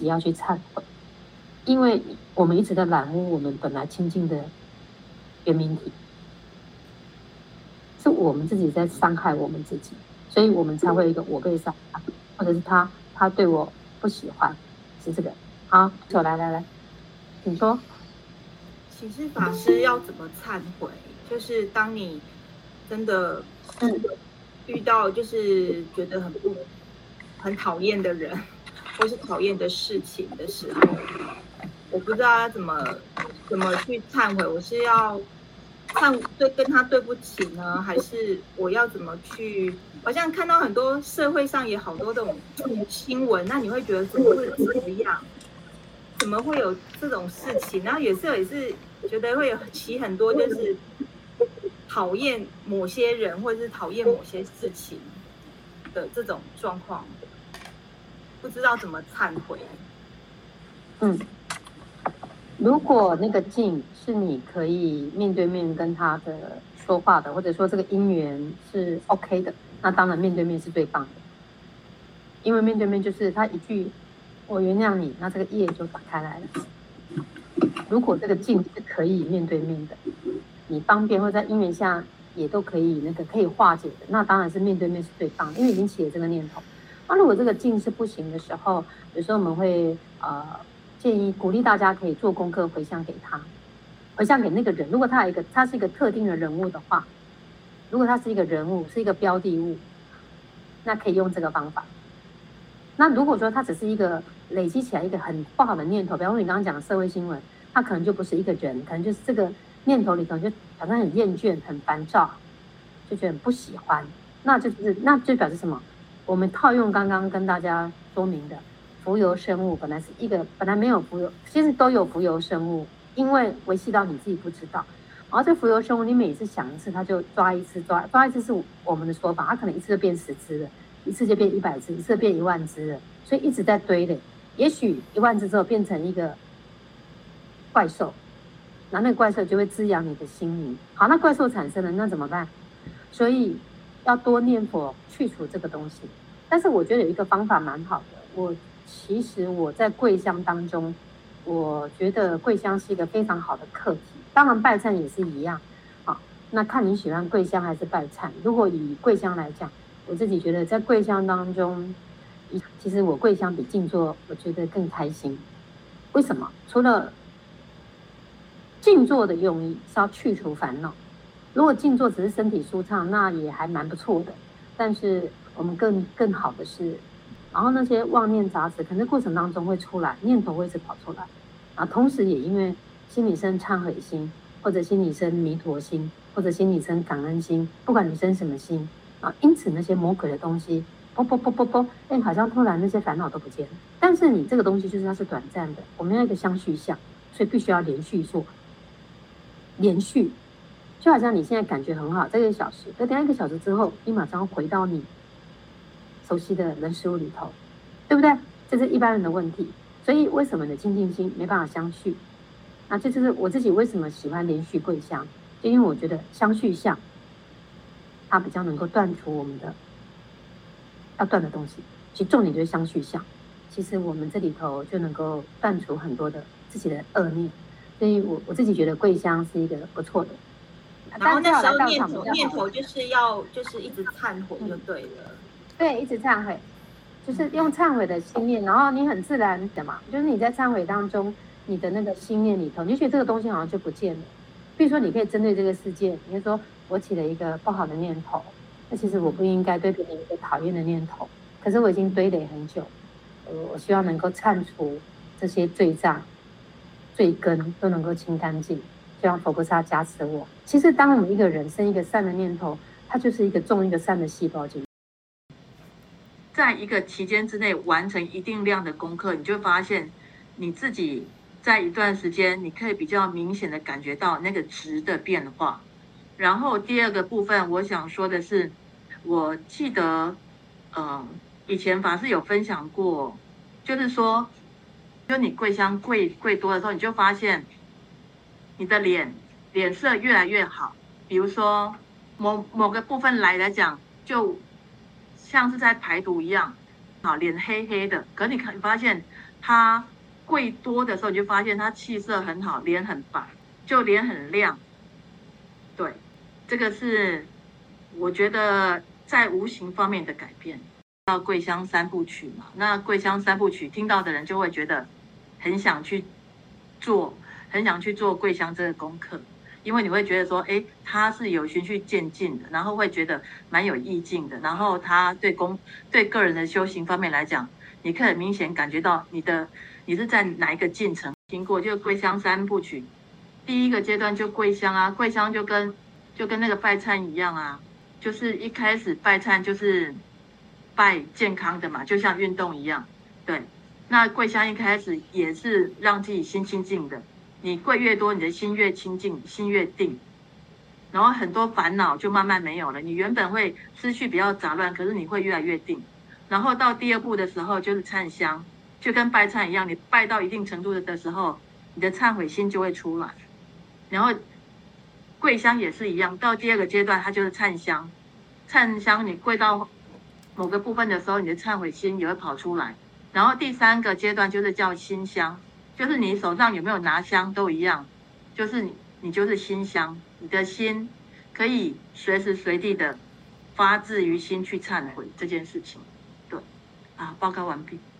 己要去忏悔，因为我们一直在染污我们本来清净的原明体，是我们自己在伤害我们自己，所以我们才会有一个我被伤害，或者是他对我不喜欢，是这个。好，走，来，请说。 请示法师要怎么忏悔？就是当你真的遇到就是觉得很讨厌的人，或是讨厌的事情的时候，我不知道要怎么去忏悔。我是要跟他对不起呢，还是我要怎么去？好像看到很多社会上也好多这种新闻，那你会觉得怎么会这样？怎么会有这种事情？然后也是觉得会有起很多就是讨厌某些人或者是讨厌某些事情的这种状况，不知道怎么忏悔。 如果那个境是你可以面对面跟他的说话的，或者说这个因缘是 OK 的，那当然面对面是最棒的，因为面对面就是他一句我原谅你，那这个业就打开来了。如果这个境是可以面对面的，你方便或者在因缘下也都可以可以化解的，那当然是面对面是最棒的，因为已经起了这个念头。那如果这个境是不行的时候，有时候我们会建议鼓励大家可以做功课回向给他，回向给那个人。如果他是一个特定的人物的话，如果他是一个人物，是一个标的物，那可以用这个方法。那如果说他只是一个累积起来一个很不好的念头，比方说你刚刚讲的社会新闻，他可能就不是一个人，可能就是这个念头里头就好像很厌倦、很烦躁，就觉得很不喜欢，那就表示什么？我们套用刚刚跟大家说明的，浮游生物本来没有浮游，其实都有浮游生物，因为维系到你自己不知道。然后这浮游生物，你每次想一次，它就抓一次，抓一次是我们的说法，它可能一次就变10只了，一次就变100只，一次就变10000只了，所以一直在堆的。也许10000只之后变成一个怪兽，那个怪兽就会滋养你的心灵。好，那怪兽产生了，那怎么办？所以要多念佛去除这个东西。但是我觉得有一个方法蛮好的，其实我在跪香当中，我觉得跪香是一个非常好的课题。当然拜忏也是一样，好，那看你喜欢跪香还是拜忏。如果以跪香来讲，我自己觉得在跪香当中，其实我跪香比静坐我觉得更开心。为什么？除了静坐的用意是要去除烦恼，如果静坐只是身体舒畅，那也还蛮不错的。但是我们更好的是，然后那些妄念杂质可能在过程当中会出来，念头会一直跑出来啊。同时也因为心里生忏悔心，或者心里生弥陀心，或者心里生感恩心，不管你生什么心啊，因此那些魔鬼的东西，好像突然那些烦恼都不见了。但是你这个东西就是它是短暂的，我们要一个相续相，所以必须要连续做，连续。就好像你现在感觉很好，这1个小时，等1个小时之后，你马上回到你熟悉的人事物里头，对不对？这是一般人的问题。所以为什么你的清净心没办法相续？那这就是我自己为什么喜欢连续跪香，就因为我觉得相续相，它比较能够断除我们的要断的东西。其实重点就是相续相，其实我们这里头就能够断除很多的自己的恶念。所以我自己觉得跪香是一个不错的。 然后那时候念头就是一直忏悔就对了。 对，一直忏悔，就是用忏悔的心念，然后你很自然的嘛，就是你在忏悔当中，你的那个心念里头，你就觉得这个东西好像就不见了。比如说，你可以针对这个世界，你就说我起了一个不好的念头，那其实我不应该对别人有一个讨厌的念头，可是我已经堆垒很久，我希望能够铲除这些罪障、罪根都能够清干净。希望佛菩萨加持我。其实，当我们一个人生一个善的念头，它就是种一个善的细胞进去。 在一个期间之内完成一定量的功课，你就发现你自己在一段时间，你可以比较明显的感觉到那个质的变化。然后第二个部分，我想说的是，我记得，以前法师有分享过，就是说，就你跪香跪多的时候，你就发现你的脸色越来越好。比如说某个部分来讲，就像是在排毒一样，脸黑黑的，可你发现他跪多的时候，你就发现他气色很好，脸很白，就脸很亮。对，这个是我觉得在无形方面的改变。到桂香三部曲嘛，那桂香三部曲听到的人就会觉得很想去做桂香这个功课，因为你会觉得说，哎，它是有循序渐进的，然后会觉得蛮有意境的，然后它对个人的修行方面来讲，你可以很明显感觉到你是在哪一个进程经过，就桂香三部曲，第一个阶段就桂香啊，桂香就跟那个拜忏一样啊，就是一开始拜忏就是拜健康的嘛，就像运动一样，对。那桂香一开始也是让自己心清净的，你跪越多，你的心越清净，心越定，然后很多烦恼就慢慢没有了。你原本会思绪比较杂乱，可是你会越来越定。然后到第二步的时候就是忏香，就跟拜忏一样，你拜到一定程度的时候，你的忏悔心就会出来。然后跪香也是一样，到第二个阶段它就是忏香，忏香你跪到某个部分的时候，你的忏悔心也会跑出来。然后第三个阶段就是叫心香，就是你手上有没有拿香都一样，就是你就是心香，你的心可以随时随地的发自于心去忏悔这件事情。对，啊，报告完毕。